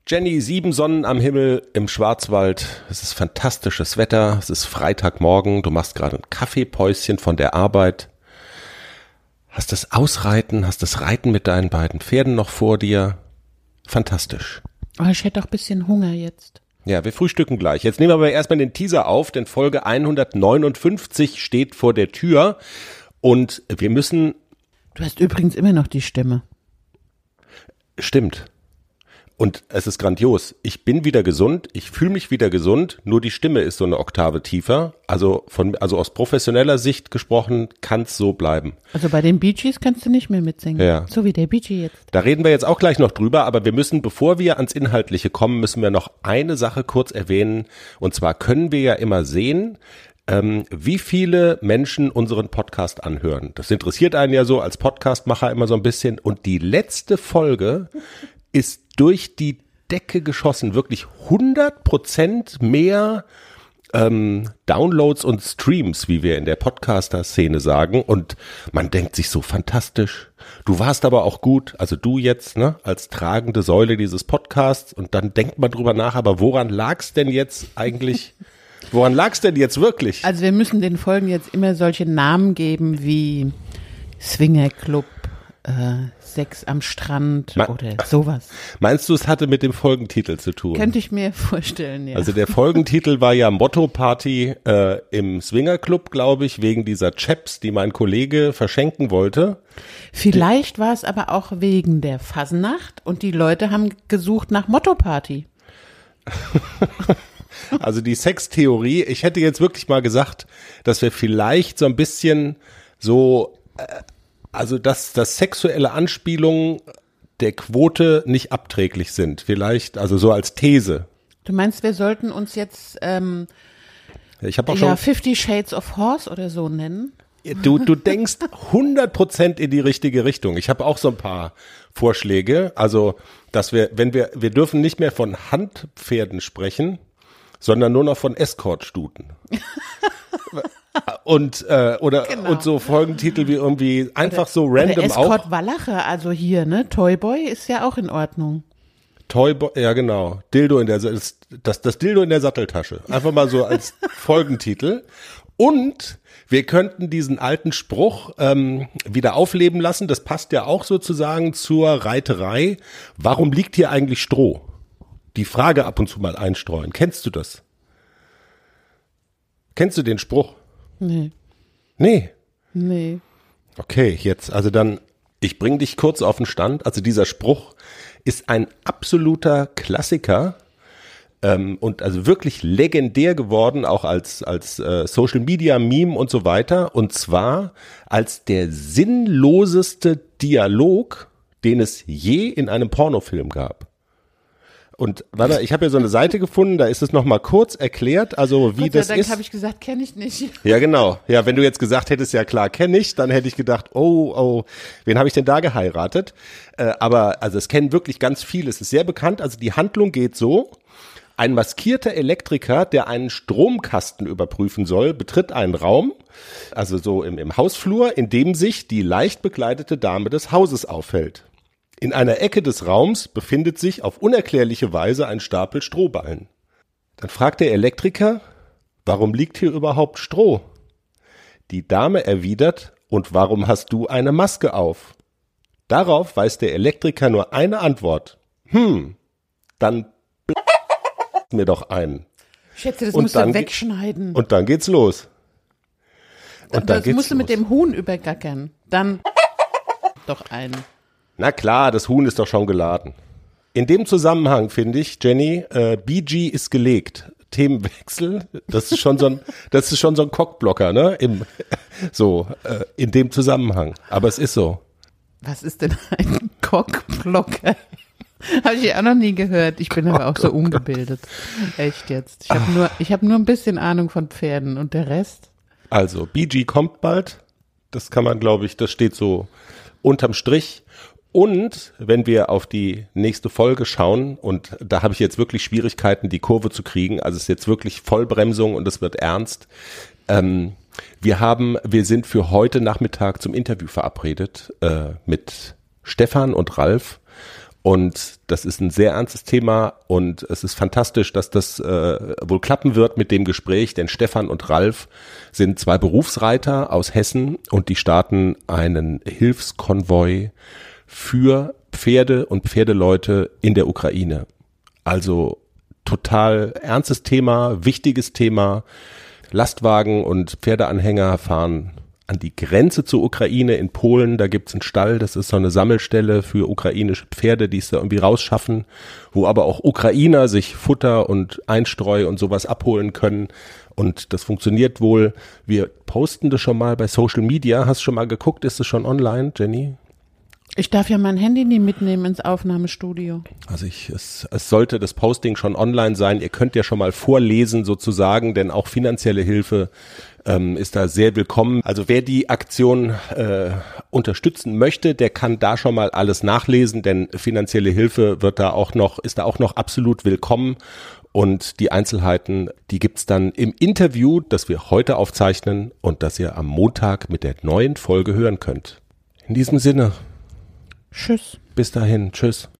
Jenny, 7 Sonnen am Himmel im Schwarzwald. Es ist fantastisches Wetter. Es ist Freitagmorgen. Du machst gerade ein Kaffeepäuschen von der Arbeit. Hast das Ausreiten, hast das Reiten mit deinen beiden Pferden noch vor dir. Fantastisch. Oh, ich hätte auch ein bisschen Hunger jetzt. Ja, wir frühstücken gleich. Jetzt nehmen wir aber erstmal den Teaser auf, denn Folge 159 steht vor der Tür. Und wir müssen... Du hast übrigens immer noch die Stimme. Stimmt. Und es ist grandios. Ich bin wieder gesund, ich fühle mich wieder gesund, nur die Stimme ist so eine Oktave tiefer. Also aus professioneller Sicht gesprochen, kann es so bleiben. Also bei den Bee Gees kannst du nicht mehr mitsingen. Ja. So wie der Bee Gee jetzt. Da reden wir jetzt auch gleich noch drüber, aber wir müssen, bevor wir ans Inhaltliche kommen, müssen wir noch eine Sache kurz erwähnen. Und zwar können wir ja immer sehen, wie viele Menschen unseren Podcast anhören. Das interessiert einen ja so als Podcastmacher immer so ein bisschen. Und die letzte Folge ist durch die Decke geschossen, wirklich 100% mehr Downloads und Streams, wie wir in der Podcaster-Szene sagen. Und man denkt sich so, fantastisch. Du warst aber auch gut, also du jetzt, ne, als tragende Säule dieses Podcasts. Und dann denkt man drüber nach, aber woran lag's denn jetzt eigentlich? Woran lag's denn jetzt wirklich? Also wir müssen den Folgen jetzt immer solche Namen geben wie Swingerclub, Sex am Strand oder sowas. Meinst du, es hatte mit dem Folgentitel zu tun? Könnte ich mir vorstellen, ja. Also der Folgentitel war ja Motto-Party im Swingerclub, glaube ich, wegen dieser Chaps, die mein Kollege verschenken wollte. Vielleicht war es aber auch wegen der Fasnacht und die Leute haben gesucht nach Motto-Party. Also die Sextheorie, ich hätte jetzt wirklich mal gesagt, dass wir vielleicht so ein bisschen so... Also, dass sexuelle Anspielungen der Quote nicht abträglich sind. Vielleicht, also so als These. Du meinst, wir sollten uns jetzt ich hab auch schon 50 Shades of Horse oder so nennen? Du denkst 100% in die richtige Richtung. Ich habe auch so ein paar Vorschläge. Also, dass wir dürfen nicht mehr von Handpferden sprechen, sondern nur noch von Escortstuten. Und und so Folgentitel wie irgendwie einfach so random auch. Escort Wallache, also hier, ne? Toyboy ist ja auch in Ordnung. Toyboy, ja genau. Dildo in der das Dildo in der Satteltasche. Einfach mal so als Folgentitel. Und wir könnten diesen alten Spruch wieder aufleben lassen. Das passt ja auch sozusagen zur Reiterei. Warum liegt hier eigentlich Stroh? Die Frage ab und zu mal einstreuen. Kennst du das? Kennst du den Spruch? Nee. Nee? Nee. Okay, jetzt, also dann, ich bringe dich kurz auf den Stand. Also dieser Spruch ist ein absoluter Klassiker und also wirklich legendär geworden, auch als Social Media Meme und so weiter. Und zwar als der sinnloseste Dialog, den es je in einem Pornofilm gab. Und warte, ich habe ja so eine Seite gefunden, da ist es nochmal kurz erklärt, also wie das ist. Gott sei Dank habe ich gesagt, kenne ich nicht. Ja, genau. Ja, wenn du jetzt gesagt hättest, ja klar, kenne ich, dann hätte ich gedacht, oh, wen habe ich denn da geheiratet? Aber also es kennen wirklich ganz viele, es ist sehr bekannt. Also die Handlung geht so: Ein maskierter Elektriker, der einen Stromkasten überprüfen soll, betritt einen Raum, also so im Hausflur, in dem sich die leicht bekleidete Dame des Hauses aufhält. In einer Ecke des Raums befindet sich auf unerklärliche Weise ein Stapel Strohballen. Dann fragt der Elektriker, warum liegt hier überhaupt Stroh? Die Dame erwidert, und warum hast du eine Maske auf? Darauf weiß der Elektriker nur eine Antwort. Dann mir doch ein. Schätze, das musst du wegschneiden. Und dann geht's los. Und das musst du mit dem Huhn übergackern. Dann doch ein. Na klar, das Huhn ist doch schon geladen. In dem Zusammenhang finde ich, Jenny, Bee Gee ist gelegt. Themenwechsel, das ist schon so ein Cockblocker, ne? In dem Zusammenhang. Aber es ist so. Was ist denn ein Cockblocker? Habe ich auch noch nie gehört. Ich bin aber auch so ungebildet. Echt jetzt. Ich habe nur ein bisschen Ahnung von Pferden und der Rest. Also, Bee Gee kommt bald. Das kann man, glaube ich, das steht so unterm Strich. Und wenn wir auf die nächste Folge schauen, und da habe ich jetzt wirklich Schwierigkeiten, die Kurve zu kriegen, also es ist jetzt wirklich Vollbremsung und es wird ernst. Wir sind für heute Nachmittag zum Interview verabredet mit Stefan und Ralf. Und das ist ein sehr ernstes Thema und es ist fantastisch, dass das wohl klappen wird mit dem Gespräch, denn Stefan und Ralf sind 2 Berufsreiter aus Hessen und die starten einen Hilfskonvoi für Pferde und Pferdeleute in der Ukraine. Also total ernstes Thema, wichtiges Thema. Lastwagen und Pferdeanhänger fahren an die Grenze zur Ukraine in Polen, da gibt's einen Stall, das ist so eine Sammelstelle für ukrainische Pferde, die es da irgendwie rausschaffen, wo aber auch Ukrainer sich Futter und Einstreu und sowas abholen können und das funktioniert wohl. Wir posten das schon mal bei Social Media, hast schon mal geguckt, ist es schon online, Jenny? Ich darf ja mein Handy nie mitnehmen ins Aufnahmestudio. Also es sollte das Posting schon online sein, ihr könnt ja schon mal vorlesen sozusagen, denn auch finanzielle Hilfe ist da sehr willkommen. Also wer die Aktion unterstützen möchte, der kann da schon mal alles nachlesen, denn finanzielle Hilfe ist da auch noch absolut willkommen. Und die Einzelheiten, die gibt's dann im Interview, das wir heute aufzeichnen und das ihr am Montag mit der neuen Folge hören könnt. In diesem Sinne. Tschüss. Bis dahin. Tschüss.